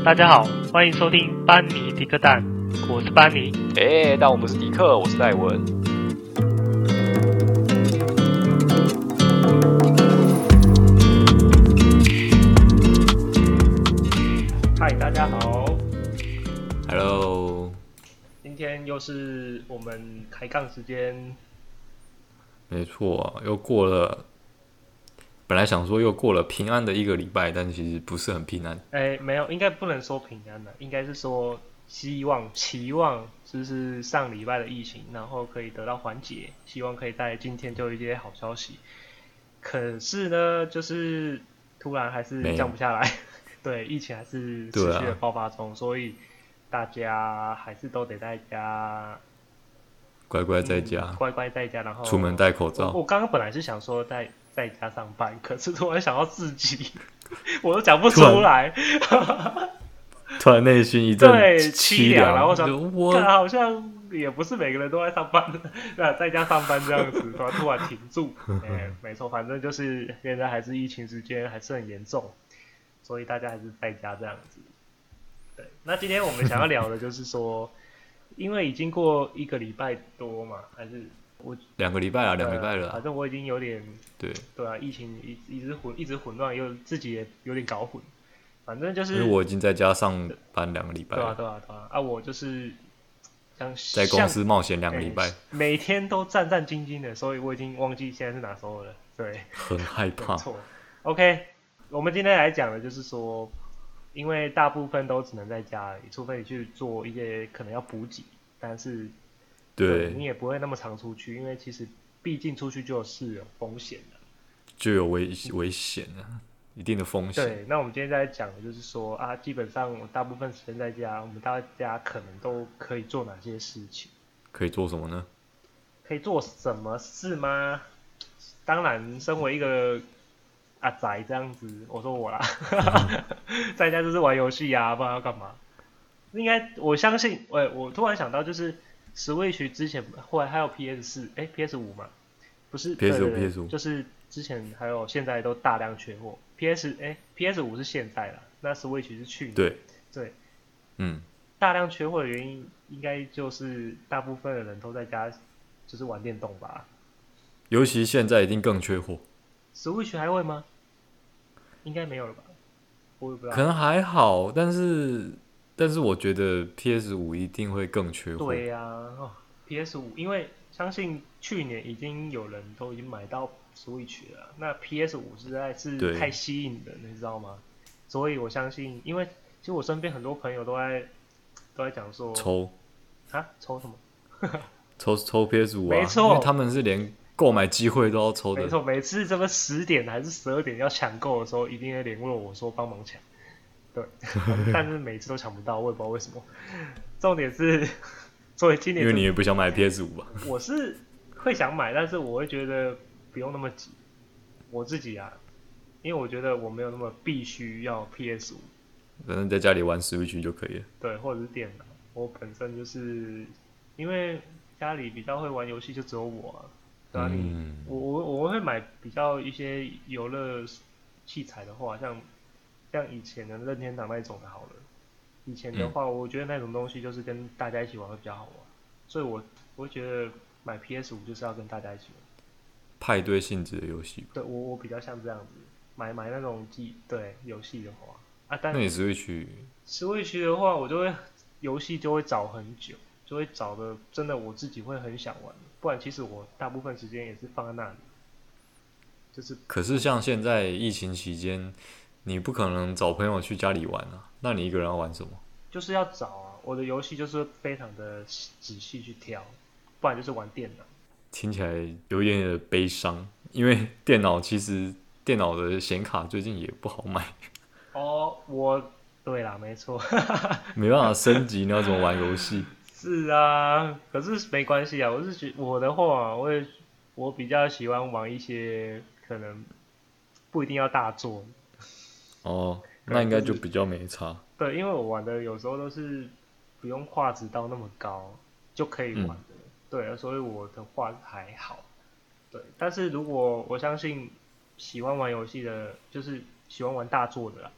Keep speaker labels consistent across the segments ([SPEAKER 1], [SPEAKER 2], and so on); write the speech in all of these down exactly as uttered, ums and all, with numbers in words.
[SPEAKER 1] 大家好，欢迎收听班尼迪克蛋，我是班尼。
[SPEAKER 2] 哎、欸，但我不是迪克，我是戴文。
[SPEAKER 1] 嗨，大家好。
[SPEAKER 2] Hello。
[SPEAKER 1] 今天又是我们开杠时间。
[SPEAKER 2] 没错啊，又过了。本来想说又过了平安的一个礼拜，但其实不是很平安。
[SPEAKER 1] 哎，没有，应该不能说平安的，应该是说希望、期望，就是上礼拜的疫情，然后可以得到缓解，希望可以在今天就有一些好消息。可是呢，就是突然还是降不下来，对，疫情还是持续的爆发中，啊、所以大家还是都得在家。
[SPEAKER 2] 乖乖在家、
[SPEAKER 1] 嗯，乖乖在家，然后
[SPEAKER 2] 出门戴口罩。
[SPEAKER 1] 我刚刚本来是想说在在家上班，可是突然想到自己，我都讲不出来，
[SPEAKER 2] 突然内心一阵凄凉，
[SPEAKER 1] 然后想，我好像也不是每个人都在上班的，在家上班这样子，突然突然停住。哎，没错，反正就是现在还是疫情时间还是很严重，所以大家还是在家这样子。对，那今天我们想要聊的就是说。因为已经过一个礼拜多嘛，还是我
[SPEAKER 2] 两个礼拜啊，两个礼拜了、啊。
[SPEAKER 1] 反正我已经有点
[SPEAKER 2] 对
[SPEAKER 1] 对啊，疫情一一直混一直混乱，又自己也有点搞混。反正就是，
[SPEAKER 2] 因为我已经在家上班两个礼拜了。
[SPEAKER 1] 对啊，对啊，对啊。啊，我就是像
[SPEAKER 2] 在公司冒险两个礼拜、欸，
[SPEAKER 1] 每天都战战兢兢的，所以我已经忘记现在是哪时候了。对，
[SPEAKER 2] 很害怕。
[SPEAKER 1] 错 ，OK， 我们今天来讲的就是说。因为大部分都只能在家里，除非你去做一些可能要补给，但是
[SPEAKER 2] 对, 对
[SPEAKER 1] 你也不会那么常出去，因为其实毕竟出去就是有风险的，
[SPEAKER 2] 就有危危险啊，一定的风险。
[SPEAKER 1] 对，那我们今天在讲的就是说啊，基本上我大部分时间在家，我们大家可能都可以做哪些事情？
[SPEAKER 2] 可以做什么呢？
[SPEAKER 1] 可以做什么事吗？当然，身为一个阿宅这样子，我说我啦，在家就是玩游戏啊，不然要干嘛？应该我相信，我我突然想到，就是 Switch 之前后来还有 P S 四，哎 P S 五嘛，不是
[SPEAKER 2] P S 五 P S 五，
[SPEAKER 1] 就是之前还有现在都大量缺货。P S 哎 P S 五是现在啦，那 Switch 是去年。
[SPEAKER 2] 对
[SPEAKER 1] 对，
[SPEAKER 2] 嗯，
[SPEAKER 1] 大量缺货的原因，应该就是大部分的人都在家，就是玩电动吧。
[SPEAKER 2] 尤其现在一定更缺货。
[SPEAKER 1] Switch 还会吗？应该没有了吧，我也不知道。
[SPEAKER 2] 可能还好，但是但是我觉得 P S 五 一定会更缺货。
[SPEAKER 1] 对呀、啊哦、，P S 五，因为相信去年已经有人都已经买到 Switch 了，那 P S 五 实在是太吸引人了，你知道吗？所以我相信，因为其实我身边很多朋友都在都在讲说
[SPEAKER 2] 抽
[SPEAKER 1] 啊抽什么？
[SPEAKER 2] 抽抽 P S 五 啊，
[SPEAKER 1] 没错，
[SPEAKER 2] 因为他们是连购买机会都要抽的。
[SPEAKER 1] 没错，每次这个十点还是十二点要抢购的时候，一定会联络我说帮忙抢。对，但是每次都抢不到，我也不知道为什么。重点是，所以今年
[SPEAKER 2] 因为你也不想买 P S 五 吧？
[SPEAKER 1] 我是会想买，但是我会觉得不用那么急。我自己啊，因为我觉得我没有那么必须要 P S 五，
[SPEAKER 2] 反正在家里玩 Switch 就可以了。
[SPEAKER 1] 对，或者是电脑。我本身就是因为家里比较会玩游戏，就只有我、啊。对啊，嗯、我我我会买比较一些游乐器材的话，像像以前的任天堂那种的好了。以前的话，我觉得那种东西就是跟大家一起玩会比较好玩，所以我我会觉得买 P S 五 就是要跟大家一起玩，
[SPEAKER 2] 派对性质的游戏。
[SPEAKER 1] 对我我比较像这样子，买买那种机对游戏的话啊，但
[SPEAKER 2] 那你 Switch
[SPEAKER 1] Switch 的话，我就会游戏就会找很久，就会找的真的我自己会很想玩。不然其实我大部分时间也是放在那里，就是。
[SPEAKER 2] 可是像现在疫情期间，你不可能找朋友去家里玩啊，那你一个人要玩什么？
[SPEAKER 1] 就是要找啊，我的游戏就是非常的仔细去挑，不然就是玩电脑。
[SPEAKER 2] 听起来有一点点的悲伤，因为电脑其实电脑的显卡最近也不好买。
[SPEAKER 1] 哦，我对啦，没错，
[SPEAKER 2] 没办法升级，你要怎么玩游戏？
[SPEAKER 1] 是啊，可是没关系啊。我是觉我的话，我也我比较喜欢玩一些可能不一定要大作。
[SPEAKER 2] 哦，那应该就比较没差。
[SPEAKER 1] 对，因为我玩的有时候都是不用画质到那么高就可以玩的，嗯、对，所以我的话还好。对，但是如果我相信喜欢玩游戏的，就是喜欢玩大作的啦，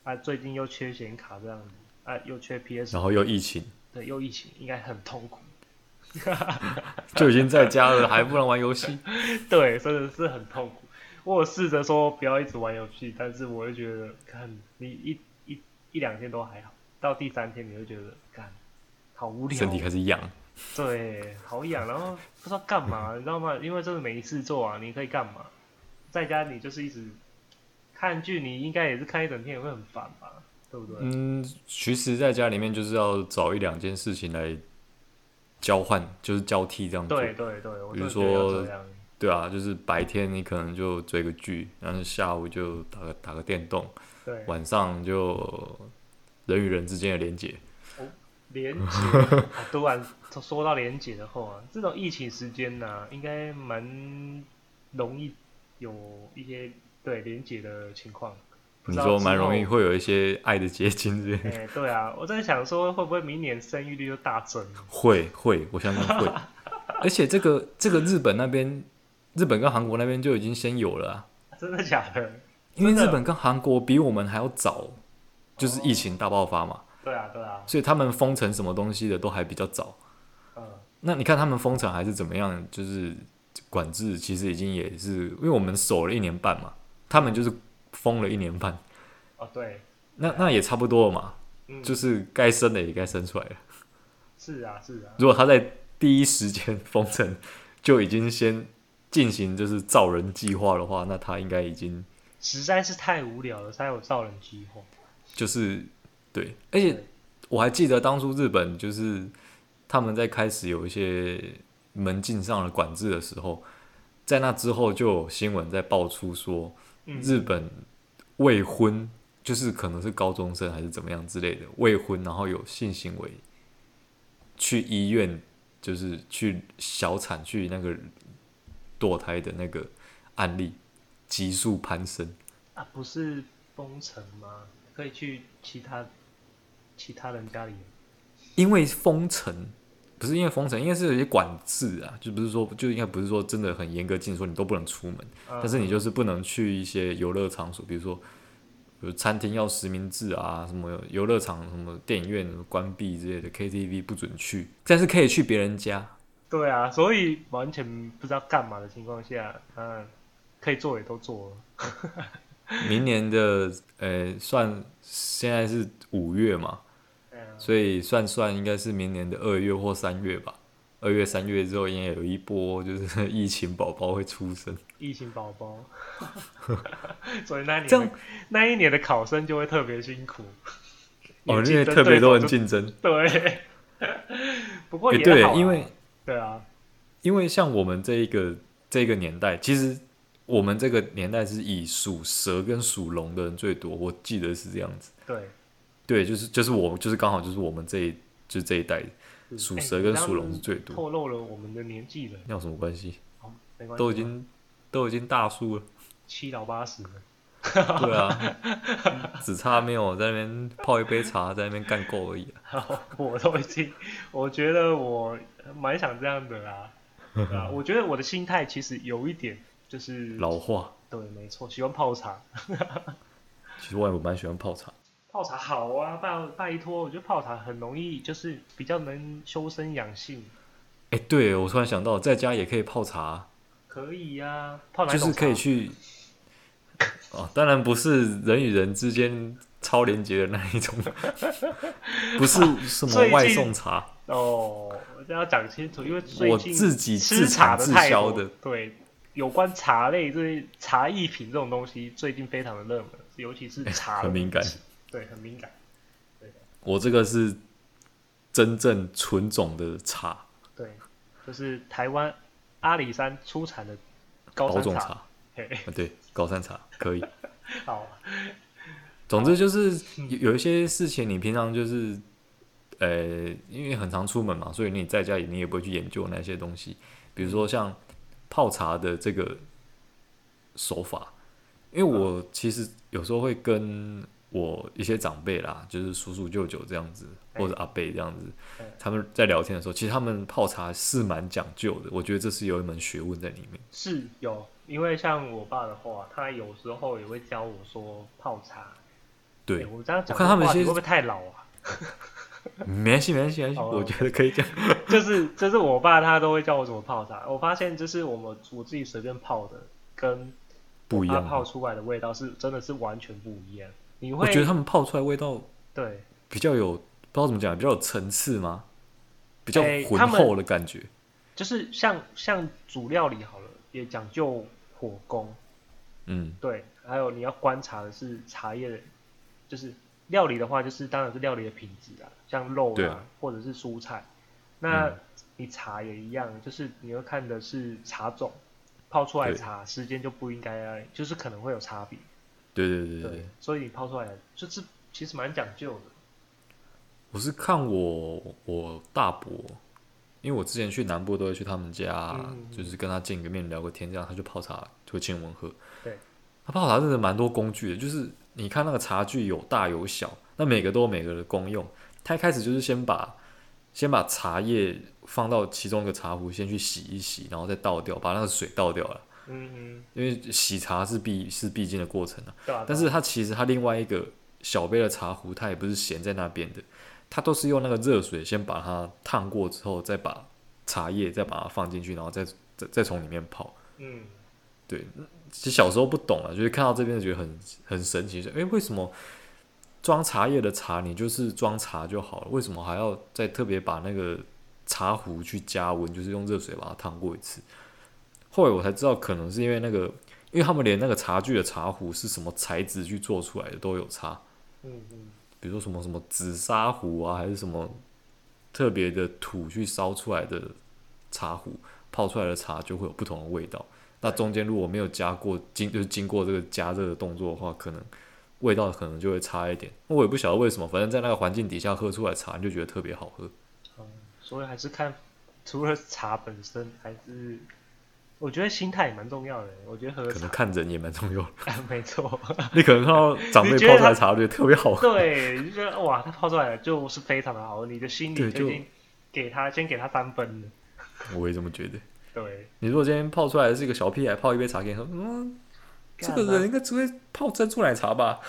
[SPEAKER 1] 啊，最近又缺显卡这样子，啊，又缺 P S，
[SPEAKER 2] 然后又疫情，
[SPEAKER 1] 对，又疫情，应该很痛苦。
[SPEAKER 2] 就已经在家了，还不能玩游戏。
[SPEAKER 1] 对，真的是很痛苦。我有试着说不要一直玩游戏，但是我就觉得，看你一一一两天都还好，到第三天你就觉得，干，好无聊，
[SPEAKER 2] 身体开始痒。
[SPEAKER 1] 对，好痒，然后不知道干嘛，你知道吗？因为真的没事做啊，你可以干嘛？在家你就是一直看剧，你应该也是看一整天，也会很烦吧？对不对？
[SPEAKER 2] 嗯，其实在家里面就是要找一两件事情来交换，就是交替这样做。
[SPEAKER 1] 对对对，我
[SPEAKER 2] 比如
[SPEAKER 1] 真的觉得要
[SPEAKER 2] 说
[SPEAKER 1] 这样。
[SPEAKER 2] 对啊，就是白天你可能就追个剧，然后下午就打个打个电动，
[SPEAKER 1] 对，
[SPEAKER 2] 晚上就人与人之间的连结。
[SPEAKER 1] 哦，连结、啊，突然说到连结的话，这种疫情时间呢、啊，应该蛮容易有一些对连结的情况。
[SPEAKER 2] 你说蛮容易会有一些爱的结晶之类的。
[SPEAKER 1] 哎、欸，对啊，我在想说会不会明年生育率就大增？
[SPEAKER 2] 会会，我相信会。而且这个这个日本那边，日本跟韩国那边就已经先有了啊。
[SPEAKER 1] 真的假的？
[SPEAKER 2] 因为日本跟韩国比我们还要早，就是疫情大爆发嘛。
[SPEAKER 1] 哦、对啊，对啊。
[SPEAKER 2] 所以他们封城什么东西的都还比较早。
[SPEAKER 1] 嗯。
[SPEAKER 2] 那你看他们封城还是怎么样，就是管制其实已经也是，因为我们守了一年半嘛，他们就是封了一年半。
[SPEAKER 1] 哦，对。
[SPEAKER 2] 那那也差不多了嘛。
[SPEAKER 1] 嗯。
[SPEAKER 2] 就是该生的也该生出来了。
[SPEAKER 1] 是啊，是啊。
[SPEAKER 2] 如果他在第一时间封城就已经先进行就是造人计划的话，那他应该已经
[SPEAKER 1] 实在是太无聊了，才有造人计划。
[SPEAKER 2] 就是对，而且我还记得当初日本就是他们在开始有一些门禁上的管制的时候，在那之后就有新闻在爆出说，日本未婚就是可能是高中生还是怎么样之类的未婚，然后有性行为，去医院就是去小产去那个堕胎的那个案例急速攀升
[SPEAKER 1] 啊！不是封城吗？可以去其他其他人家里。
[SPEAKER 2] 因为封城不是因为封城，应该是有些管制啊，就不是说就应该不是说真的很严格禁止说你都不能出门，嗯、但是你就是不能去一些游乐场所，比如说比如餐厅要实名制啊，什么游乐场、什么电影院关闭之类的 ，K T V 不准去，但是可以去别人家。
[SPEAKER 1] 对啊，所以完全不知道干嘛的情况下，嗯，可以做也都做了。
[SPEAKER 2] 明年的呃，算现在是五月嘛，嗯、所以算算应该是明年的二月或三月吧。二月、三月之后，应该有一波就是疫情宝宝会出生。
[SPEAKER 1] 疫情宝宝，所以那一年那一年的考生就会特别辛苦。
[SPEAKER 2] 哦，因为特别多人竞争。
[SPEAKER 1] 对，不过也
[SPEAKER 2] 好、啊欸、对，因为
[SPEAKER 1] 对啊，
[SPEAKER 2] 因为像我们这一个这个年代，其实我们这个年代是以属蛇跟属龙的人最多，我记得是这样子。
[SPEAKER 1] 对，
[SPEAKER 2] 对，就是就是我就是刚好就是我们这一就是这一代属蛇跟属龙是最多。
[SPEAKER 1] 透露了我们的年纪了，
[SPEAKER 2] 那有什么关系？
[SPEAKER 1] 哦，没关系，
[SPEAKER 2] 都已经都已经大叔了，
[SPEAKER 1] 七老八十了。
[SPEAKER 2] 对啊，只差没有在那边泡一杯茶，在那边干够而已、
[SPEAKER 1] 啊。我都已经，我觉得我蛮想这样的啦。啊，我觉得我的心态其实有一点就是
[SPEAKER 2] 老化。
[SPEAKER 1] 对，没错，喜欢泡茶。
[SPEAKER 2] 其实我也蛮喜欢泡茶。
[SPEAKER 1] 泡茶好啊，拜拜托，我觉得泡茶很容易，就是比较能修身养性。
[SPEAKER 2] 哎、欸，对，我突然想到，在家也可以泡茶。
[SPEAKER 1] 可以呀、啊，泡哪种茶？
[SPEAKER 2] 就是可以去。哦，当然不是人与人之间超连结的那一种，不是什么外送茶
[SPEAKER 1] 哦，这要讲清楚，因为最近
[SPEAKER 2] 我自己自产自销的，
[SPEAKER 1] 对，有关茶类这茶艺品这种东西，最近非常的热门，尤其是茶、
[SPEAKER 2] 欸，很敏感，
[SPEAKER 1] 对，很敏感。对，
[SPEAKER 2] 我这个是真正纯种的茶，
[SPEAKER 1] 对，就是台湾阿里山出产的高山茶。
[SPEAKER 2] 种茶啊、对，高山茶可以。
[SPEAKER 1] 好，
[SPEAKER 2] 总之就是有一些事情，你平常就是，呃，因为很常出门嘛，所以你在家里你也不会去研究那些东西，比如说像泡茶的这个手法，因为我其实有时候会跟我一些长辈啦，就是叔叔舅舅这样子，或者阿伯这样子，他们在聊天的时候，其实他们泡茶是蛮讲究的，我觉得这是有一门学问在里面。
[SPEAKER 1] 是有。因为像我爸的话，他有时候也会教我说泡茶
[SPEAKER 2] 对，
[SPEAKER 1] 欸、我这样讲，
[SPEAKER 2] 我看他们一些
[SPEAKER 1] 会不会太老啊？
[SPEAKER 2] 没关系，没关系，没关系，我觉得可以讲。
[SPEAKER 1] 就是就是我爸他都会教我怎么泡茶，我发现就是我们我自己随便泡的，跟
[SPEAKER 2] 不一样，
[SPEAKER 1] 他泡出来的味道是真的是完全不一样。你会
[SPEAKER 2] 我觉得他们泡出来味道
[SPEAKER 1] 对
[SPEAKER 2] 比较有，不知道怎么讲，比较有层次吗？比较
[SPEAKER 1] 欸、
[SPEAKER 2] 浑厚的感觉。
[SPEAKER 1] 就是像像煮料理好了，也讲究火功，
[SPEAKER 2] 嗯，
[SPEAKER 1] 对，还有你要观察的是茶叶的，就是料理的话，就是当然是料理的品质啊，像肉啊，啊或者是蔬菜。那、嗯、你茶也一样，就是你会看的是茶种，泡出来茶时间就不应该，就是可能会有差别。
[SPEAKER 2] 对对对 对,
[SPEAKER 1] 对，所以你泡出来就是其实蛮讲究的。
[SPEAKER 2] 我是看我我大伯，因为我之前去南部都会去他们家，嗯、就是跟他见个面聊个天，这样他就泡茶就会请我们喝。
[SPEAKER 1] 对，
[SPEAKER 2] 他泡茶真的蛮多工具的，就是你看那个茶具有大有小，那每个都有每个的功用。他一开始就是先把先把茶叶放到其中一个茶壶，先去洗一洗，然后再倒掉，把那个水倒掉了。嗯嗯，因为洗茶是必是必经的过程啊。对啊。但是它其实它另外一个小杯的茶壶，它也不是闲在那边的，它都是用那个热水先把它烫过之后，再把茶叶再把它放进去，然后再再再从里面泡。嗯，对。其实小时候不懂啊，就是看到这边觉得很很神奇，哎，为什么装茶叶的茶你就是装茶就好了，为什么还要再特别把那个茶壶去加温，就是用热水把它烫过一次？后来我才知道，可能是因为那个，因为他们连那个茶具的茶壶是什么材质去做出来的都有差。嗯嗯。比如说什么什么紫砂壶啊，还是什么特别的土去烧出来的茶壶，泡出来的茶就会有不同的味道。那中间如果没有加过经，就是经过这个加热的动作的话，可能味道可能就会差一点。我也不晓得为什么，反正在那个环境底下喝出来茶，你就觉得特别好喝。
[SPEAKER 1] 嗯，所以还是看除了茶本身，还是。我觉得心态也蛮重要的，我觉得喝茶
[SPEAKER 2] 可能看人也蛮重要的。
[SPEAKER 1] 没错，
[SPEAKER 2] 你可能看到长辈泡出来茶，觉得特别好喝。
[SPEAKER 1] 对，你就觉得哇，他泡出来就是非常的好喝，你的心里就已经给他先给他三分了。
[SPEAKER 2] 我也这么觉得。
[SPEAKER 1] 对，
[SPEAKER 2] 你如果今天泡出来的是一个小屁孩，泡一杯茶给你喝，嗯，这个人应该只会泡珍珠奶茶吧？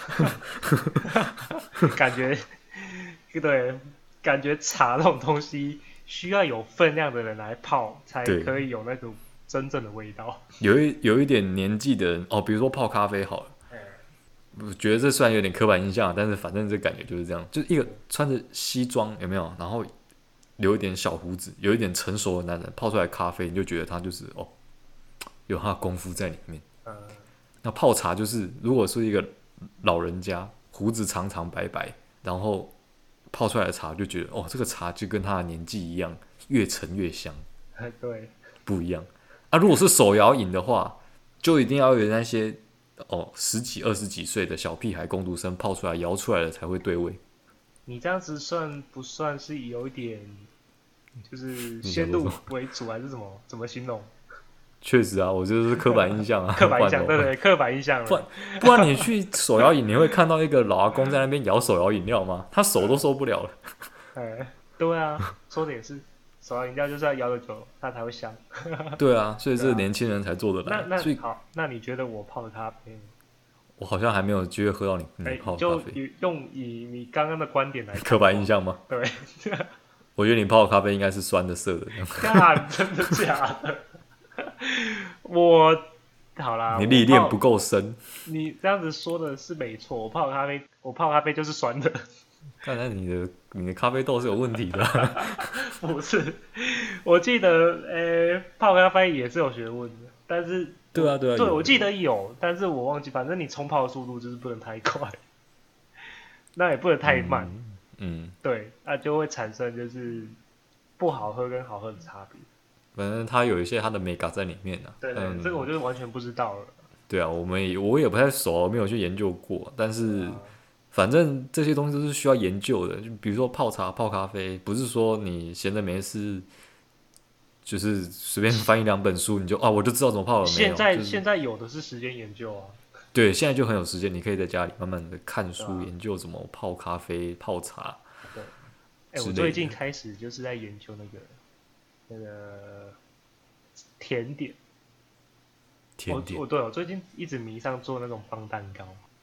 [SPEAKER 1] 感觉对，感觉茶这种东西需要有分量的人来泡，才可以有那个。真正的味道，
[SPEAKER 2] 有一有一点年纪的人哦，比如说泡咖啡好了，欸、我觉得这虽然有点刻板印象，但是反正这感觉就是这样，就是一个穿着西装有没有，然后留一点小胡子，有一点成熟的男人泡出来咖啡，你就觉得他就是哦，有他的功夫在里面。嗯、那泡茶就是，如果是一个老人家，胡子长长白白，然后泡出来的茶，就觉得哦，这个茶就跟他的年纪一样，越陈越香。
[SPEAKER 1] 对，
[SPEAKER 2] 不一样。啊，如果是手摇饮的话，就一定要有那些哦十几、二十几岁的小屁孩、工读生泡出来、摇出来的才会对味。
[SPEAKER 1] 你这样子算不算是有一点，就是先入为主还是什么？怎么形容？
[SPEAKER 2] 确实啊，我就是刻板印象啊，
[SPEAKER 1] 刻板印象，对对，刻板印象。
[SPEAKER 2] 不然不然你去手摇饮，你会看到一个老阿公在那边摇手摇饮料吗？他手都受不了了。
[SPEAKER 1] 哎，对啊，说的也是。手摇饮料就是要摇得久，它才会香。
[SPEAKER 2] 对啊，所以这个年轻人才做得来。
[SPEAKER 1] 那那
[SPEAKER 2] 所以
[SPEAKER 1] 好，那你觉得我泡的咖啡？
[SPEAKER 2] 我好像还没有机会喝到你你泡的咖啡。
[SPEAKER 1] 就用以你刚刚的观点来看，
[SPEAKER 2] 刻板印象吗？
[SPEAKER 1] 对。
[SPEAKER 2] 我觉得你泡的咖啡应该是酸的涩的。
[SPEAKER 1] 干，真的假的？我好啦，
[SPEAKER 2] 你历练不够深。
[SPEAKER 1] 你这样子说的是没错，我泡的咖啡，我泡的咖啡就是酸的。
[SPEAKER 2] 看来你的你的咖啡豆是有问题的。
[SPEAKER 1] 不是，我记得呃、欸，泡咖啡也是有学问的，但是
[SPEAKER 2] 对啊对啊，
[SPEAKER 1] 对我记得有，但是我忘记，反正你冲泡的速度就是不能太快，那也不能太慢，嗯，嗯对，那就会产生就是不好喝跟好喝的差别。
[SPEAKER 2] 反正它有一些它的美感在里面啊。
[SPEAKER 1] 对对、嗯，这个我就完全不知道了。
[SPEAKER 2] 对啊，我们也我也不太熟，没有去研究过，但是。反正这些东西都是需要研究的，就比如说泡茶、泡咖啡，不是说你闲着没事，就是随便翻一两本书，你就啊，我就知道怎么泡了没有。
[SPEAKER 1] 现在、
[SPEAKER 2] 就是、
[SPEAKER 1] 现在有的是时间研究啊。
[SPEAKER 2] 对，现在就很有时间，你可以在家里慢慢的看书，啊、研究怎么泡咖啡、泡茶。
[SPEAKER 1] 对，哎、欸，我最近开始就是在研究那个那个甜点。
[SPEAKER 2] 甜点，
[SPEAKER 1] 我我对我最近一直迷上做那种棒蛋糕。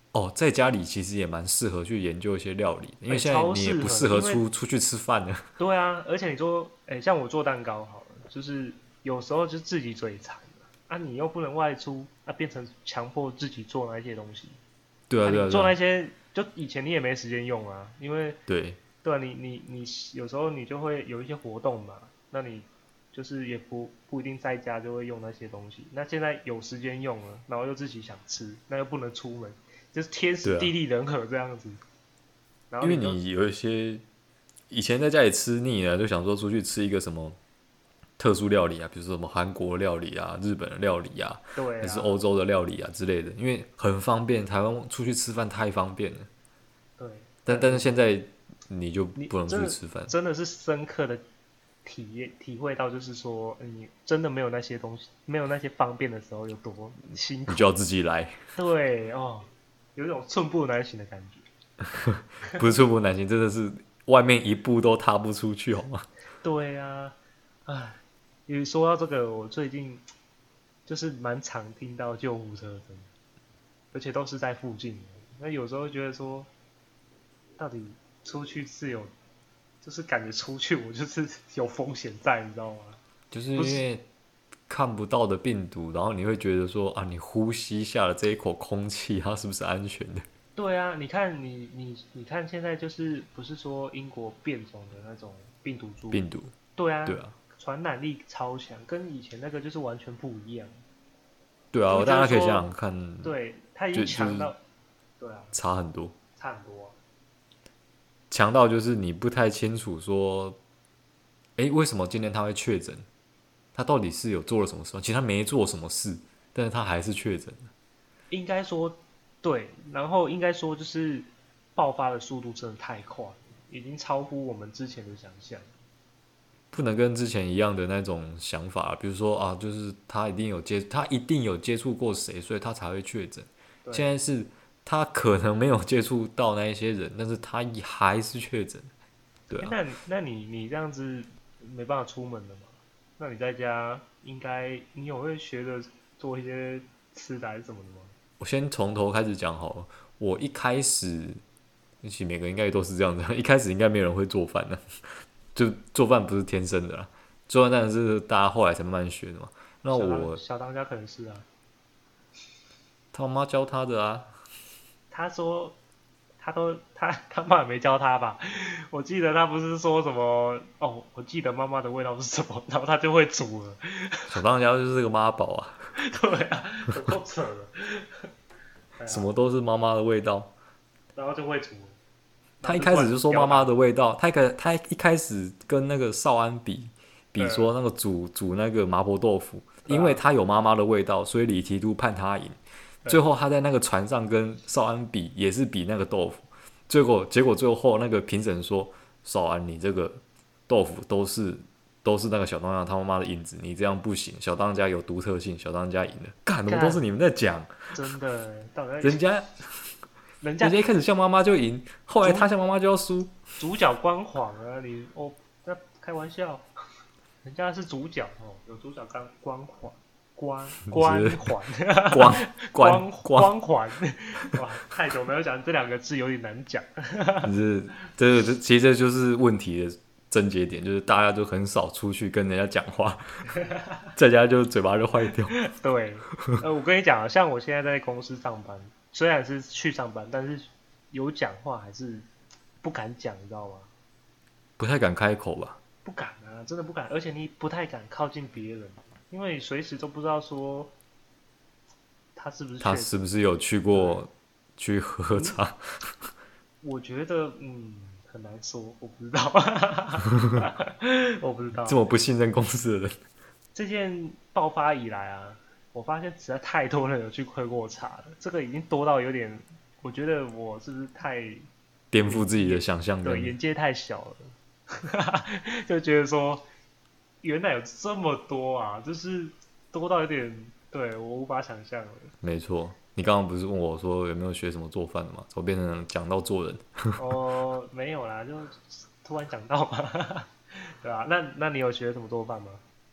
[SPEAKER 2] 哦，在家里其实也蛮适合去研究一些料理的，因为
[SPEAKER 1] 哎、
[SPEAKER 2] 现在
[SPEAKER 1] 超
[SPEAKER 2] 你也不
[SPEAKER 1] 适合的，
[SPEAKER 2] 适合
[SPEAKER 1] 因为
[SPEAKER 2] 出出去吃饭了。
[SPEAKER 1] 对啊，而且你说，哎、像我做蛋糕好了，就是有时候就自己嘴馋了啊，你又不能外出，那、啊、变成强迫自己做那些东西，
[SPEAKER 2] 对啊，
[SPEAKER 1] 啊，
[SPEAKER 2] 对啊，对
[SPEAKER 1] 你做那
[SPEAKER 2] 啊，
[SPEAKER 1] 些就以前你也没时间用啊，因为
[SPEAKER 2] 对，
[SPEAKER 1] 对啊，你你你有时候你就会有一些活动嘛，那你就是也不不一定在家就会用那些东西，那现在有时间用了，然后又自己想吃，那又不能出门，就是天时
[SPEAKER 2] 对啊，
[SPEAKER 1] 地利人和这样子，然后
[SPEAKER 2] 因为
[SPEAKER 1] 你就
[SPEAKER 2] 你有一些以前在家里吃腻了，就想说出去吃一个什么特殊料理啊，比如说什么韩国料理啊、日本的料理啊，还是
[SPEAKER 1] 对啊，
[SPEAKER 2] 欧洲的料理啊之类的，因为很方便，台湾出去吃饭太方便了。
[SPEAKER 1] 对，
[SPEAKER 2] 但但是
[SPEAKER 1] 但是
[SPEAKER 2] 现在你就
[SPEAKER 1] 你
[SPEAKER 2] 不能出
[SPEAKER 1] 真的
[SPEAKER 2] 去吃饭，
[SPEAKER 1] 真的是深刻的体验体会到，就是说你真的没有那些东西，没有那些方便的时候有多辛苦。
[SPEAKER 2] 你就要自己来，
[SPEAKER 1] 对哦，有一种寸步难行的感觉。
[SPEAKER 2] 不是寸步难行，真的是外面一步都踏不出去，好吗？
[SPEAKER 1] 对啊，唉，你说到这个，我最近就是蛮常听到救护车声，而且都是在附近的。那有时候觉得说，到底出去是有，就是感觉出去我就是有风险在，你知道吗？
[SPEAKER 2] 就是
[SPEAKER 1] 不是，
[SPEAKER 2] 因为看不到的病毒，然后你会觉得说啊，你呼吸下的这一口空气，它是不是安全的？
[SPEAKER 1] 对啊，你看你你你看现在就是不是说英国变种的那种病毒株？
[SPEAKER 2] 病毒，
[SPEAKER 1] 对啊，
[SPEAKER 2] 对啊，
[SPEAKER 1] 传染力超强，跟以前那个就是完全不一样。
[SPEAKER 2] 对啊，
[SPEAKER 1] 就会觉
[SPEAKER 2] 大家可以想
[SPEAKER 1] 得说，
[SPEAKER 2] 想看，
[SPEAKER 1] 对，他已经
[SPEAKER 2] 就就是
[SPEAKER 1] 强到，对啊，
[SPEAKER 2] 差很多，
[SPEAKER 1] 差很多啊。
[SPEAKER 2] 强到就是你不太清楚说，诶，为什么今天他会确诊？他到底是有做了什么事？其实他没做什么事，但是他还是确诊了。
[SPEAKER 1] 应该说对，然后应该说就是爆发的速度真的太快，已经超乎我们之前的想象。
[SPEAKER 2] 不能跟之前一样的那种想法，比如说啊，就是他一定有接，他一定有接触过谁，所以他才会确诊。现
[SPEAKER 1] 对，
[SPEAKER 2] 在是他可能没有接触到那一些人，但是他还是确诊，对
[SPEAKER 1] 哎，
[SPEAKER 2] 啊。
[SPEAKER 1] 那你那你你这样子没办法出门了嘛？那你在家应该你有会学着做一些吃的还是什么的吗？
[SPEAKER 2] 我先从头开始讲好了。我一开始，其实每个应该都是这样子，一开始应该没有人会做饭的，就做饭不是天生的啦，做饭当然是大家后来才慢慢学的嘛。那
[SPEAKER 1] 小当
[SPEAKER 2] 我
[SPEAKER 1] 小当家可能是啊，
[SPEAKER 2] 他妈教他的啊，
[SPEAKER 1] 他说他都他他妈也没教他吧？我记得他不是说什么哦，我记得妈妈的味道是什么，然后他就会煮了。
[SPEAKER 2] 小当家就是个妈宝啊，
[SPEAKER 1] 对啊，有够扯的。对啊，
[SPEAKER 2] 什么都是妈妈的味道。
[SPEAKER 1] 然后就会煮了，然
[SPEAKER 2] 他一
[SPEAKER 1] 后就突然
[SPEAKER 2] 开始就说妈
[SPEAKER 1] 飙打。
[SPEAKER 2] 妈的味道，他一开他一开始跟那个少安比比
[SPEAKER 1] 对
[SPEAKER 2] 说那个煮煮那个麻婆豆腐，
[SPEAKER 1] 对啊，
[SPEAKER 2] 因为他有妈妈的味道，所以李提督判他赢。
[SPEAKER 1] 对
[SPEAKER 2] 最后他在那个船上跟少安比，也是比那个豆腐，结果结果最后那个评审说，少安你这个豆腐都是都是那个小当家他妈妈的影子，你这样不行，小当家有独特性，小当家赢了。干，怎么都是你们在讲？
[SPEAKER 1] 真的，到底
[SPEAKER 2] 人家
[SPEAKER 1] 人家
[SPEAKER 2] 人家一开始像妈妈就赢，后来
[SPEAKER 1] 主
[SPEAKER 2] 他像妈妈就要输。
[SPEAKER 1] 主角光环啊，你哦，在开玩笑，人家是主角哦，有主角光光环。光光
[SPEAKER 2] 是
[SPEAKER 1] 环，
[SPEAKER 2] 光
[SPEAKER 1] 光
[SPEAKER 2] 光光，
[SPEAKER 1] 光环，哇，太久没有讲这两个字，有点难讲。
[SPEAKER 2] 就是这这其实这就是问题的症结点，就是大家就很少出去跟人家讲话，在家就嘴巴就坏掉。
[SPEAKER 1] 对，呃，我跟你讲啊，像我现在在公司上班，虽然是去上班，但是有讲话还是不敢讲，你知道吗？
[SPEAKER 2] 不太敢开口吧？
[SPEAKER 1] 不敢啊，真的不敢，而且你不太敢靠近别人，因为你随时都不知道说他是不是确
[SPEAKER 2] 他
[SPEAKER 1] 诊。
[SPEAKER 2] 是不是有去过去喝茶？
[SPEAKER 1] 我觉得嗯很难说，我不知道，我不知道。
[SPEAKER 2] 这么不信任公司的人，
[SPEAKER 1] 这件爆发以来啊，我发现实在太多人有去喝过茶了，这个已经多到有点，我觉得我是不是太
[SPEAKER 2] 颠覆自己的想象
[SPEAKER 1] 对
[SPEAKER 2] 力。
[SPEAKER 1] 眼界太小了，就觉得说原来有这么多啊，就是多到有点对我无法想象了。
[SPEAKER 2] 没错，你刚刚不是问我说有没有学什么做饭的吗？怎么变成讲到做人？
[SPEAKER 1] 哦，没有啦，就突然讲到嘛，对吧、啊？那那你有学怎么做饭吗？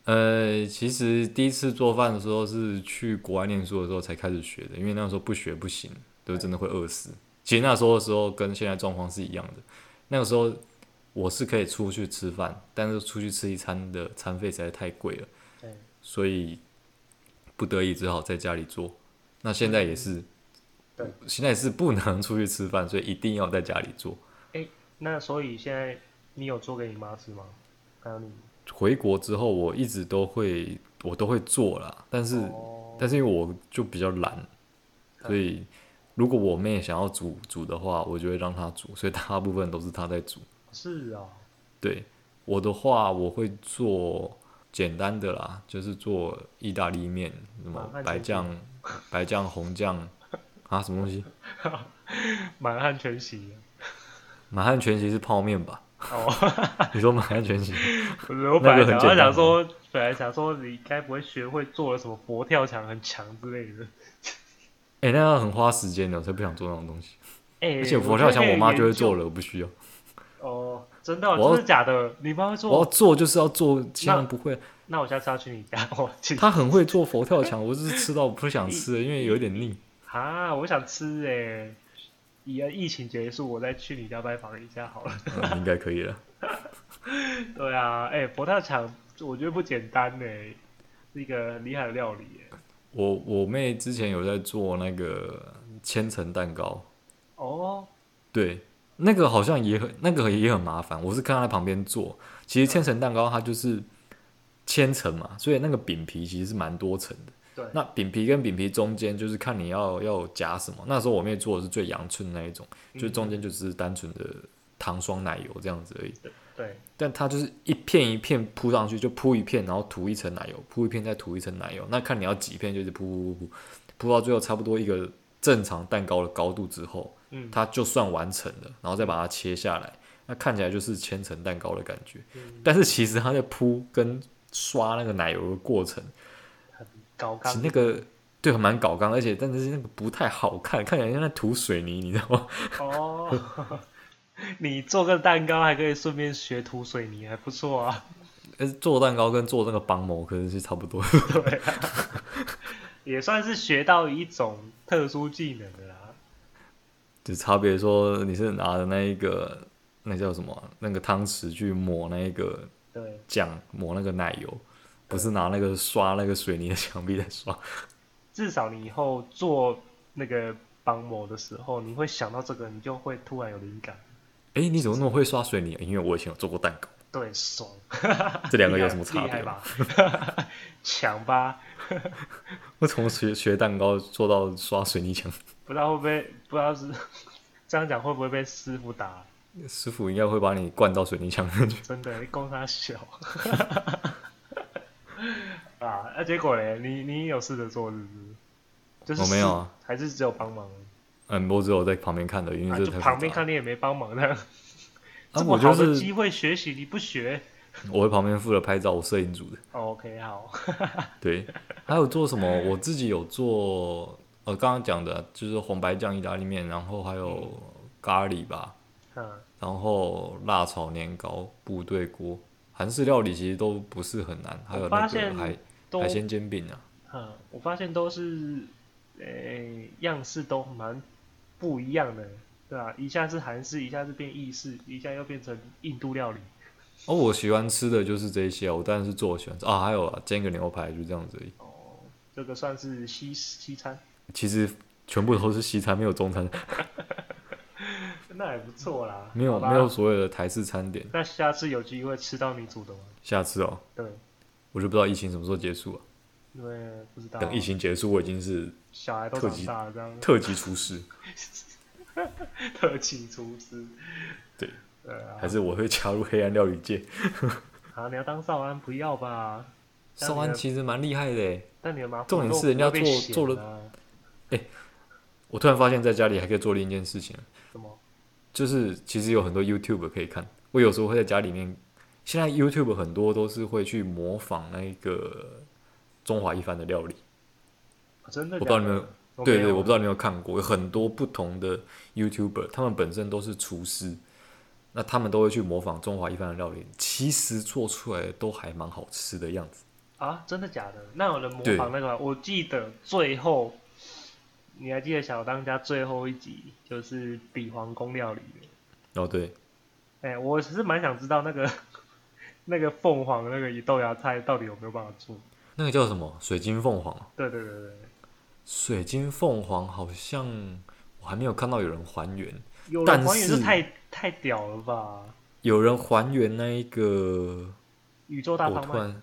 [SPEAKER 2] 呃，其实第一次做饭的时候是去国外念书的时候才开始学的，因为那时候不学不行，就真的会饿死。其实那时候的时候跟现在状况是一样的。那个时候我是可以出去吃饭，但是出去吃一餐的餐费实在太贵了，所以不得已只好在家里做。那现在也是，
[SPEAKER 1] 对，
[SPEAKER 2] 现在是不能出去吃饭，所以一定要在家里做。
[SPEAKER 1] 哎，那所以现在你有做给你妈吃吗？还有你
[SPEAKER 2] 回国之后，我一直都会，我都会做啦，但是、哦、但是因为我就比较懒，所以如果我妹想要煮煮的话，我就会让她煮，所以大部分都是她在煮。
[SPEAKER 1] 是啊、哦，
[SPEAKER 2] 对，我的话我会做简单的啦，就是做意大利面，什么白酱、白酱、红酱啊，什么东西？
[SPEAKER 1] 满汉全席。
[SPEAKER 2] 满汉全席是泡面吧？哦，你说满汉全席？
[SPEAKER 1] 不是，我本来想要想说，本来想说你该不会学会做了什么佛跳墙很强之类的。
[SPEAKER 2] 哎、欸，那样很花时间的，我才不想做那种东西。
[SPEAKER 1] 欸、
[SPEAKER 2] 而且佛跳墙我妈就会做了，我不需要。
[SPEAKER 1] 哦，真的、哦？真的假的？你妈会做？
[SPEAKER 2] 我要做就是要做，千万不会。
[SPEAKER 1] 那, 那我下次要去你家。哦，
[SPEAKER 2] 她很会做佛跳墙，我就是吃到不想吃了，因为有点腻。
[SPEAKER 1] 啊，我想吃哎。以疫情结束，我再去你家拜访一下好了。
[SPEAKER 2] 嗯、应该可以了。
[SPEAKER 1] 对啊，哎、欸，佛跳墙我觉得不简单哎，是一个很厉害的料理哎。
[SPEAKER 2] 我我妹之前有在做那个千层蛋糕。
[SPEAKER 1] 哦。
[SPEAKER 2] 对，那个好像也很那个也很麻烦，我是看她在旁边做。其实千层蛋糕它就是千层嘛，所以那个饼皮其实是蛮多层的。
[SPEAKER 1] 对，
[SPEAKER 2] 那饼皮跟饼皮中间就是看你要要夹什么。那时候我妹做的是最阳春的那一种，嗯、就是中间就只是单纯的糖霜奶油这样子而已。
[SPEAKER 1] 对，对
[SPEAKER 2] 但它就是一片一片铺上去，就铺一片，然后涂一层奶油，铺一片再涂一层奶油。那看你要几片，就是铺铺铺铺，铺到最后差不多一个正常蛋糕的高度之后，嗯、它就算完成了，然后再把它切下来，那看起来就是千层蛋糕的感觉。嗯、但是其实它在铺跟刷那个奶油的过程。
[SPEAKER 1] 搞刚，
[SPEAKER 2] 其实那个对蛮搞刚，而且但是那个不太好看，看起来像在涂水泥，你知道吗？
[SPEAKER 1] 哦，你做个蛋糕还可以顺便学涂水泥，还不错啊。
[SPEAKER 2] 做蛋糕跟做那个帮模可能是差不多。
[SPEAKER 1] 对啊，也算是学到一种特殊技能的啦。
[SPEAKER 2] 就差别说你是拿的那一个那叫什么那个汤匙去抹那个酱，抹那个奶油。不是拿那个刷那个水泥的墙壁在刷。
[SPEAKER 1] 至少你以后做那个帮模的时候，你会想到这个，你就会突然有灵感。
[SPEAKER 2] 哎、欸，你怎么那么会刷水泥？因为我以前有做过蛋糕。
[SPEAKER 1] 对，爽。
[SPEAKER 2] 这两个有什么差别
[SPEAKER 1] 吗？强吧。
[SPEAKER 2] 我从学学蛋糕做到刷水泥墙，
[SPEAKER 1] 不知道会不会，不知道是这样讲会不会被师傅打？
[SPEAKER 2] 师傅应该会把你灌到水泥墙上去。
[SPEAKER 1] 真的，你供他小。啊，那、啊、结果嘞？你你有试着做是不是？就是
[SPEAKER 2] 我没有啊，
[SPEAKER 1] 还是只有帮忙？
[SPEAKER 2] 嗯，我只有在旁边看的，因为这、
[SPEAKER 1] 啊、就旁边看你也没帮忙的。啊、这
[SPEAKER 2] 么
[SPEAKER 1] 好的机会学习，你不学？
[SPEAKER 2] 我在旁边负责拍照，我摄影组的。
[SPEAKER 1] 哦、OK， 好。对，
[SPEAKER 2] 还有做什么？我自己有做，呃，刚刚讲的就是红白酱意大利面，然后还有咖喱吧，嗯，然后辣炒年糕、部队锅。韩式料理其实都不是很难，还有那个海海鲜煎饼啊。
[SPEAKER 1] 嗯，我发现都是，呃、欸，样式都蛮不一样的，对吧、啊？一下是韩式，一下是变意式，一下又变成印度料理。
[SPEAKER 2] 哦，我喜欢吃的就是这些，我当然是做我喜欢吃啊，还有啊，煎个牛排就这样子而已。
[SPEAKER 1] 哦，这个算是西西餐。
[SPEAKER 2] 其实全部都是西餐，没有中餐。
[SPEAKER 1] 那还不错啦，
[SPEAKER 2] 没有没有所谓的台式餐点。
[SPEAKER 1] 那下次有机会吃到你煮的吗？
[SPEAKER 2] 下次哦，
[SPEAKER 1] 对，
[SPEAKER 2] 我就不知道疫情什么时候结束啊。
[SPEAKER 1] 对，不知道。
[SPEAKER 2] 等疫情结束，我已经是
[SPEAKER 1] 小孩都长大了，这样
[SPEAKER 2] 特级厨师。
[SPEAKER 1] 特级厨师，
[SPEAKER 2] 对，
[SPEAKER 1] 对啊，
[SPEAKER 2] 还是我会加入黑暗料理界。
[SPEAKER 1] 啊，你要当少安不要吧？
[SPEAKER 2] 少安其实蛮厉害的，
[SPEAKER 1] 但你的麻
[SPEAKER 2] 重点是人家做做了，哎、欸，我突然发现在家里还可以做另一件事情。
[SPEAKER 1] 什么？
[SPEAKER 2] 就是其实有很多 YouTube 可以看，我有时候会在家里面，现在 YouTube 很多都是会去模仿那个中华一番的料理。
[SPEAKER 1] 哦、真的假的？
[SPEAKER 2] 我不知道你们有，对对，我不知道你有没有看过，有很多不同的 YouTuber， 他们本身都是厨师，那他们都会去模仿中华一番的料理，其实做出来都还蛮好吃的样子。
[SPEAKER 1] 啊，真的假的？那有人模仿那个吗？我记得最后，你还记得小当家最后一集就是比皇宫料理的？
[SPEAKER 2] 哦，对，
[SPEAKER 1] 哎、欸，我其实蛮想知道那个那个凤凰那个豆芽菜到底有没有办法做？
[SPEAKER 2] 那个叫什么水晶凤凰？
[SPEAKER 1] 对对对对，
[SPEAKER 2] 水晶凤凰好像我还没有看到有人还原，
[SPEAKER 1] 有人还原就太太屌了吧？
[SPEAKER 2] 有人还原那一个
[SPEAKER 1] 宇宙大方
[SPEAKER 2] 麦，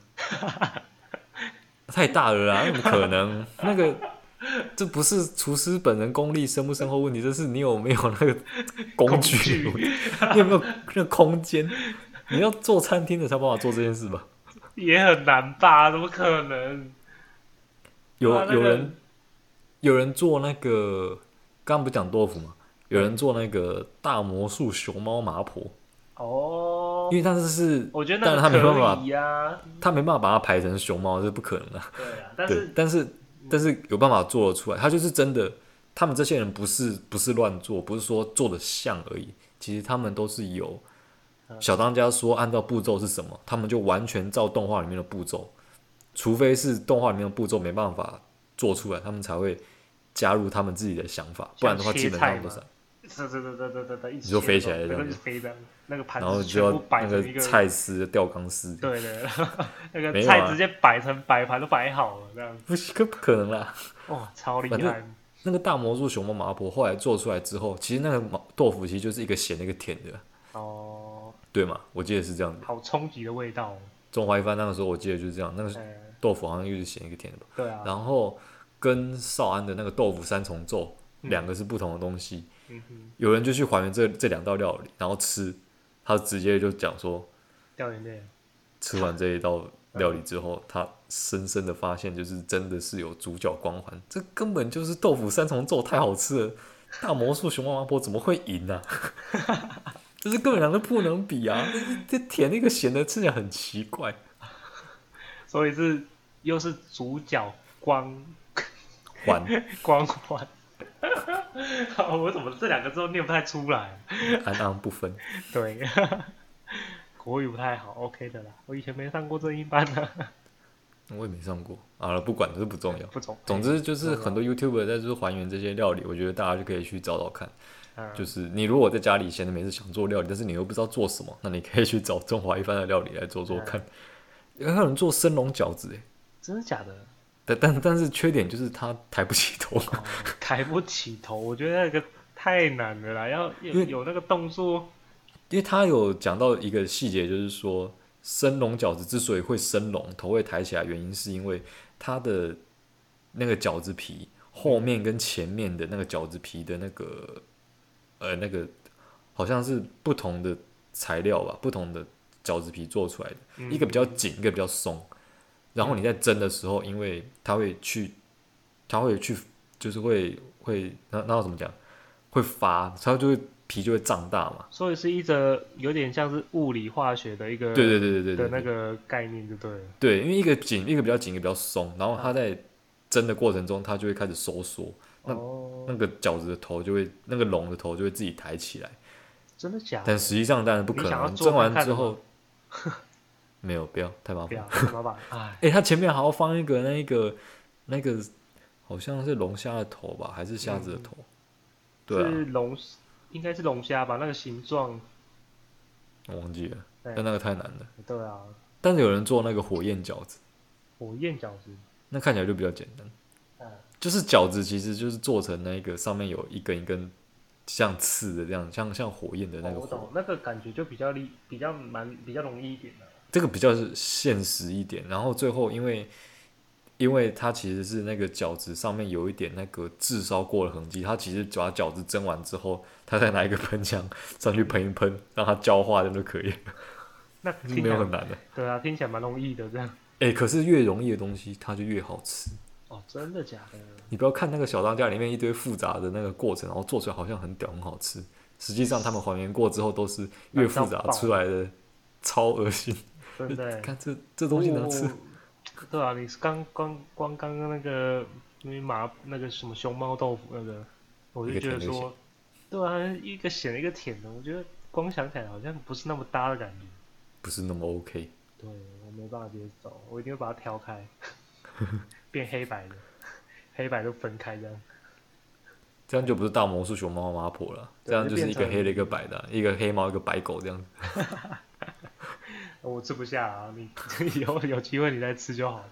[SPEAKER 2] 太大了啦，怎么可能？那个这不是厨师本人功力深不深厚问题，这是你有没有那个工具，你有没有那个空间？你要做餐厅的才有办法做这件事吧？
[SPEAKER 1] 也很难吧？怎么可能？
[SPEAKER 2] 有有人有人做那个，刚刚不讲豆腐吗？有人做那个大魔术熊猫麻婆。
[SPEAKER 1] 哦，
[SPEAKER 2] 因为但是是，
[SPEAKER 1] 我觉得那
[SPEAKER 2] 个可
[SPEAKER 1] 以呀，
[SPEAKER 2] 他没办法把它排成熊猫，这是不可能的。
[SPEAKER 1] 对啊，但是
[SPEAKER 2] 但是但是有办法做得出来，他就是真的，他们这些人不是不是乱做，不是说做的像而已，其实他们都是有小当家说按照步骤是什么，他们就完全照动画里面的步骤，除非是动画里面的步骤没办法做出来，他们才会加入他们自己的想法，不然的话基本上都是。
[SPEAKER 1] 对对对对对对对，
[SPEAKER 2] 你就飞起来这样子，
[SPEAKER 1] 飞的，那个盘
[SPEAKER 2] 然后
[SPEAKER 1] 子全部摆成
[SPEAKER 2] 一个菜丝吊钢丝，
[SPEAKER 1] 对对，那个菜直接摆成摆盘都摆好了这样，
[SPEAKER 2] 不不可能啦！
[SPEAKER 1] 哇，超厉害！
[SPEAKER 2] 那个大魔术熊猫麻婆后来做出来之后，其实那个豆腐其实就是一个咸的一个甜的哦，对嘛？我记得是这样的，
[SPEAKER 1] 好冲击的味道、哦。
[SPEAKER 2] 中华一番那个时候我记得就是这样，那个豆腐好像又是咸一个甜的吧？
[SPEAKER 1] 对啊。
[SPEAKER 2] 然后跟少安的那个豆腐三重奏、嗯、两个是不同的东西。嗯、有人就去还原这这两道料理，然后吃，他直接就讲说，
[SPEAKER 1] 掉眼泪。
[SPEAKER 2] 吃完这一道料理之后，他深深的发现，就是真的是有主角光环，这根本就是豆腐三重奏，太好吃了。大魔术熊猫麻婆怎么会赢呢、啊？就是根本两个不能比啊！这甜那个咸的吃起来很奇怪，
[SPEAKER 1] 所以是又是主角光
[SPEAKER 2] 环
[SPEAKER 1] 光环。我怎么这两个字都念不太出来？
[SPEAKER 2] 安安不分。
[SPEAKER 1] 对，国语不太好 ，OK 的啦。我以前没上过正音班呢。
[SPEAKER 2] 我也没上过。好了，不管这不重要。
[SPEAKER 1] 不重。
[SPEAKER 2] 总之就是很多 YouTuber 在就是还原这些料理，我觉得大家就可以去找找看。嗯、就是你如果在家里闲的没事想做料理，但是你又不知道做什么，那你可以去找中华一番的料理来做做看。嗯、还有人做生龙饺子、欸，
[SPEAKER 1] 真的假的？
[SPEAKER 2] 但但但是缺点就是他抬不起头、哦，
[SPEAKER 1] 抬不起头，我觉得那个太难了啦，要有有那个动作。
[SPEAKER 2] 因为他有讲到一个细节，就是说生龙饺子之所以会生龙，头会抬起来，原因是因为它的那个饺子皮后面跟前面的那个饺子皮的那个呃那个好像是不同的材料吧，不同的饺子皮做出来的，嗯、一个比较紧，一个比较松。然后你在蒸的时候，因为它会去，它会去，就是会会那那要怎么讲？会发，它就会皮就会胀大嘛。
[SPEAKER 1] 所以是一则有点像是物理化学的一个
[SPEAKER 2] 对对对对对
[SPEAKER 1] 的那个概念就对了。
[SPEAKER 2] 对，因为一个紧，一个比较紧，一个比较松，然后它在蒸的过程中，它就会开始收缩，那、哦、那个饺子的头就会，那个龙的头就会自己抬起来。
[SPEAKER 1] 真的假的？
[SPEAKER 2] 但实际上当然不可能，蒸完之后。没有，不要太麻烦。
[SPEAKER 1] 太麻烦。哎、
[SPEAKER 2] 欸，它前面还要放一个那个那个，好像是龙虾的头吧，还是虾子的头？嗯、对啊，
[SPEAKER 1] 是龙，应该是龙虾吧？那个形状，
[SPEAKER 2] 我忘记了，但那个太难了。
[SPEAKER 1] 对啊。
[SPEAKER 2] 但是有人做那个火焰饺子。
[SPEAKER 1] 火焰饺子。
[SPEAKER 2] 那看起来就比较简单。嗯、就是饺子其实就是做成那个上面有一根一根像刺的这样，像像火焰的那个火。
[SPEAKER 1] 哦、我懂，那个感觉就比较厉，比较蛮比较容易一点的。
[SPEAKER 2] 这个比较现实一点，然后最后因为因为它其实是那个饺子上面有一点那个炙烧过的痕迹，它其实把饺子蒸完之后，它再拿一个喷枪上去喷一喷，让它焦化就可以了。
[SPEAKER 1] 那
[SPEAKER 2] 没有很难的。
[SPEAKER 1] 对啊，听起来蛮容易的这样。
[SPEAKER 2] 哎、欸，可是越容易的东西，它就越好吃。
[SPEAKER 1] 哦，真的假的？
[SPEAKER 2] 你不要看那个小当家里面一堆复杂的那个过程，然后做出来好像很屌很好吃，实际上他们还原过之后都是越复杂出来的超恶心。
[SPEAKER 1] 真的，
[SPEAKER 2] 看这这东西能吃、哦？
[SPEAKER 1] 对啊，你刚光光刚刚那个因为麻那个什么熊猫豆腐那个，我就觉得说，对啊，一个咸一个甜的，我觉得光想起来好像不是那么搭的感觉，
[SPEAKER 2] 不是那么 OK。
[SPEAKER 1] 对，我没办法接受，我一定会把它挑开，变黑白的，黑白都分开这样。
[SPEAKER 2] 这样就不是大魔术熊猫妈婆了，这样就是一个黑的，一个白的，一个黑猫，一个白狗这样子。
[SPEAKER 1] 我吃不下啊，你以后有机会你再吃就好了。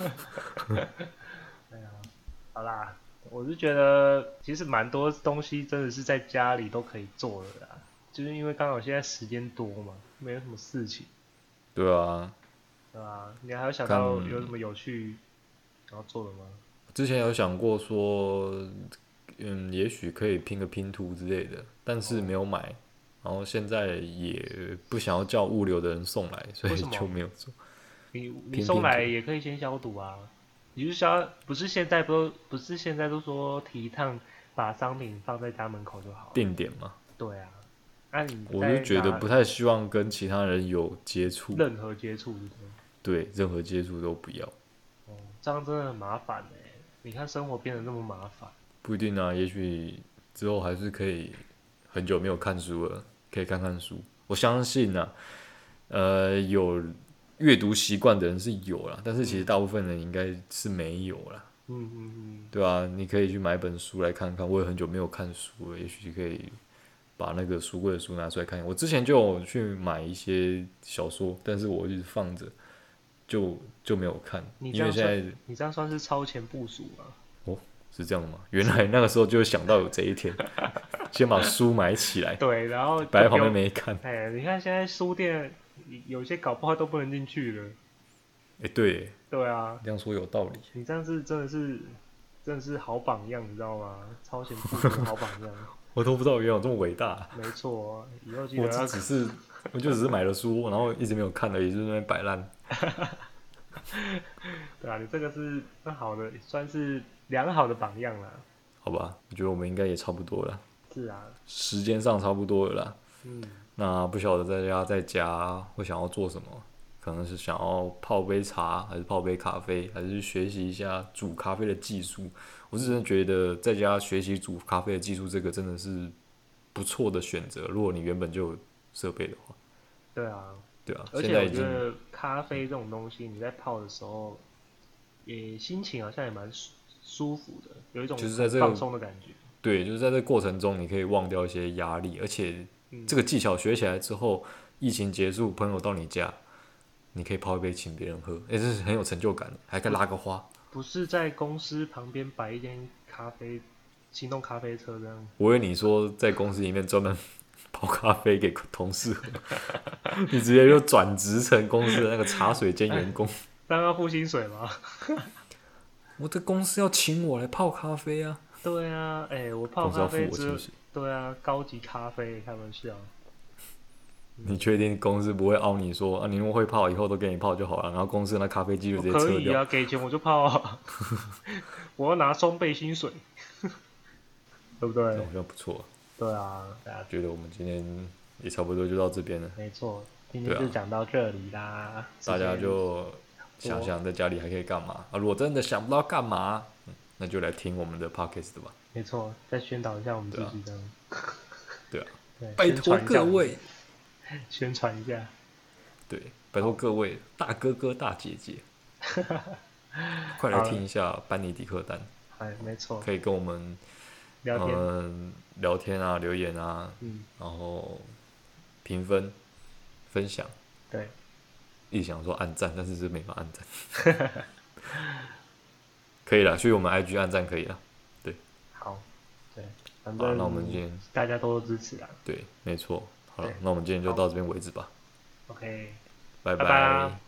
[SPEAKER 1] 哎呀，好啦，我是觉得其实蛮多东西真的是在家里都可以做的啦，就是因为刚好现在时间多嘛，没有什么事情。
[SPEAKER 2] 对啊，
[SPEAKER 1] 对啊，你还有想到有什么有趣然后做的吗？
[SPEAKER 2] 之前有想过说，嗯，也许可以拼个拼图之类的，但是没有买。哦，然后现在也不想要叫物流的人送来，所以就没有做。
[SPEAKER 1] 你你送来也可以先消毒啊，你就消，不是现在不不是现在都说提倡把商品放在家门口就好了。
[SPEAKER 2] 定点嘛。
[SPEAKER 1] 对啊，那你
[SPEAKER 2] 我是觉得不太希望跟其他人有接触，
[SPEAKER 1] 任何接触，
[SPEAKER 2] 对，任何接触都不要。
[SPEAKER 1] 哦，这样真的很麻烦哎，你看生活变得那么麻烦。
[SPEAKER 2] 不一定啊，也许之后还是可以。很久没有看书了，可以看看书。我相信啊，呃，有阅读习惯的人是有啦，但是其实大部分人应该是没有啦。
[SPEAKER 1] 嗯嗯嗯。
[SPEAKER 2] 对啊，你可以去买本书来看看。我也很久没有看书了，也许可以把那个书柜的书拿出来看。我之前就有去买一些小说，但是我一直放着，就就没有看。因为现在
[SPEAKER 1] 你这样算是超前部署吗？
[SPEAKER 2] 哦，是这样的吗？原来那个时候就想到有这一天。先把书买起来，
[SPEAKER 1] 对，然后
[SPEAKER 2] 摆在旁边没看。
[SPEAKER 1] 哎，你看现在书店有些搞不好都不能进去了。
[SPEAKER 2] 哎、欸，对，
[SPEAKER 1] 对啊，
[SPEAKER 2] 这样说有道理。
[SPEAKER 1] 你这样是真的是真的是好榜样，你知道吗？超前部署的好榜样。
[SPEAKER 2] 我都不知道原来有这么伟大。
[SPEAKER 1] 没错，以后记得
[SPEAKER 2] 我只是我就只是买了书，然后一直没有看而已，就是那边摆烂。
[SPEAKER 1] 对啊，你这个是很好的，算是良好的榜样啦。
[SPEAKER 2] 好吧，我觉得我们应该也差不多了。
[SPEAKER 1] 是啊，
[SPEAKER 2] 时间上差不多了啦。
[SPEAKER 1] 嗯，
[SPEAKER 2] 那不晓得大家在家会想要做什么？可能是想要泡杯茶，还是泡杯咖啡，还是学习一下煮咖啡的技术？我是真的觉得在家学习煮咖啡的技术，这个真的是不错的选择。如果你原本就有设备的话。
[SPEAKER 1] 对啊，
[SPEAKER 2] 对啊。
[SPEAKER 1] 而且我觉得咖啡这种东西，你在泡的时候，也心情好像也蛮舒服的，有一种放松的感觉。
[SPEAKER 2] 对，就是在这个过程中，你可以忘掉一些压力，而且这个技巧学起来之后，疫情结束，朋友到你家，你可以泡一杯请别人喝，哎、欸，这是很有成就感的，还可以拉个花。
[SPEAKER 1] 不是在公司旁边摆一间咖啡，行动咖啡车这样。
[SPEAKER 2] 我以为你说在公司里面专门泡咖啡给同事喝，你直接就转职成公司的那个茶水间员工。
[SPEAKER 1] 当然要付薪水吗？
[SPEAKER 2] 我的公司要请我来泡咖啡啊。
[SPEAKER 1] 对啊，哎、欸，我泡咖啡只对啊，高级咖啡，开玩笑。
[SPEAKER 2] 你确定公司不会凹你说啊？你那么会泡，以后都给你泡就好了，然后公司那咖啡机就直接撤掉。
[SPEAKER 1] 可以啊，给钱我就泡啊，我要拿双倍薪水，对不对？
[SPEAKER 2] 这好像不错。
[SPEAKER 1] 对啊，大家
[SPEAKER 2] 觉得我们今天也差不多就到这边了。
[SPEAKER 1] 没错，今天就讲到这里啦。啊、
[SPEAKER 2] 大家就想想在家里还可以干嘛啊？如果真的想不到干嘛，那就来听我们的 podcast 吧。
[SPEAKER 1] 没错，再宣导一下我们自己的。
[SPEAKER 2] 对啊，
[SPEAKER 1] 对，
[SPEAKER 2] 拜托各位，
[SPEAKER 1] 宣传一下。
[SPEAKER 2] 对，拜托各位大哥哥大姐姐，快来听一下班尼迪克丹。
[SPEAKER 1] 哎，没错，
[SPEAKER 2] 可以跟我们
[SPEAKER 1] 聊天，
[SPEAKER 2] 嗯，聊天啊，留言啊，嗯，然后评分、分享。
[SPEAKER 1] 对，
[SPEAKER 2] 一直想说按赞，但是是没法按赞。可以了，所以我们 I G 按赞可以了。对，
[SPEAKER 1] 好，对，反正
[SPEAKER 2] 那我们今天
[SPEAKER 1] 大家多多支持啊。
[SPEAKER 2] 对，没错。好了，那我们今天就到这边为止吧。
[SPEAKER 1] OK，
[SPEAKER 2] 拜
[SPEAKER 1] 拜拜。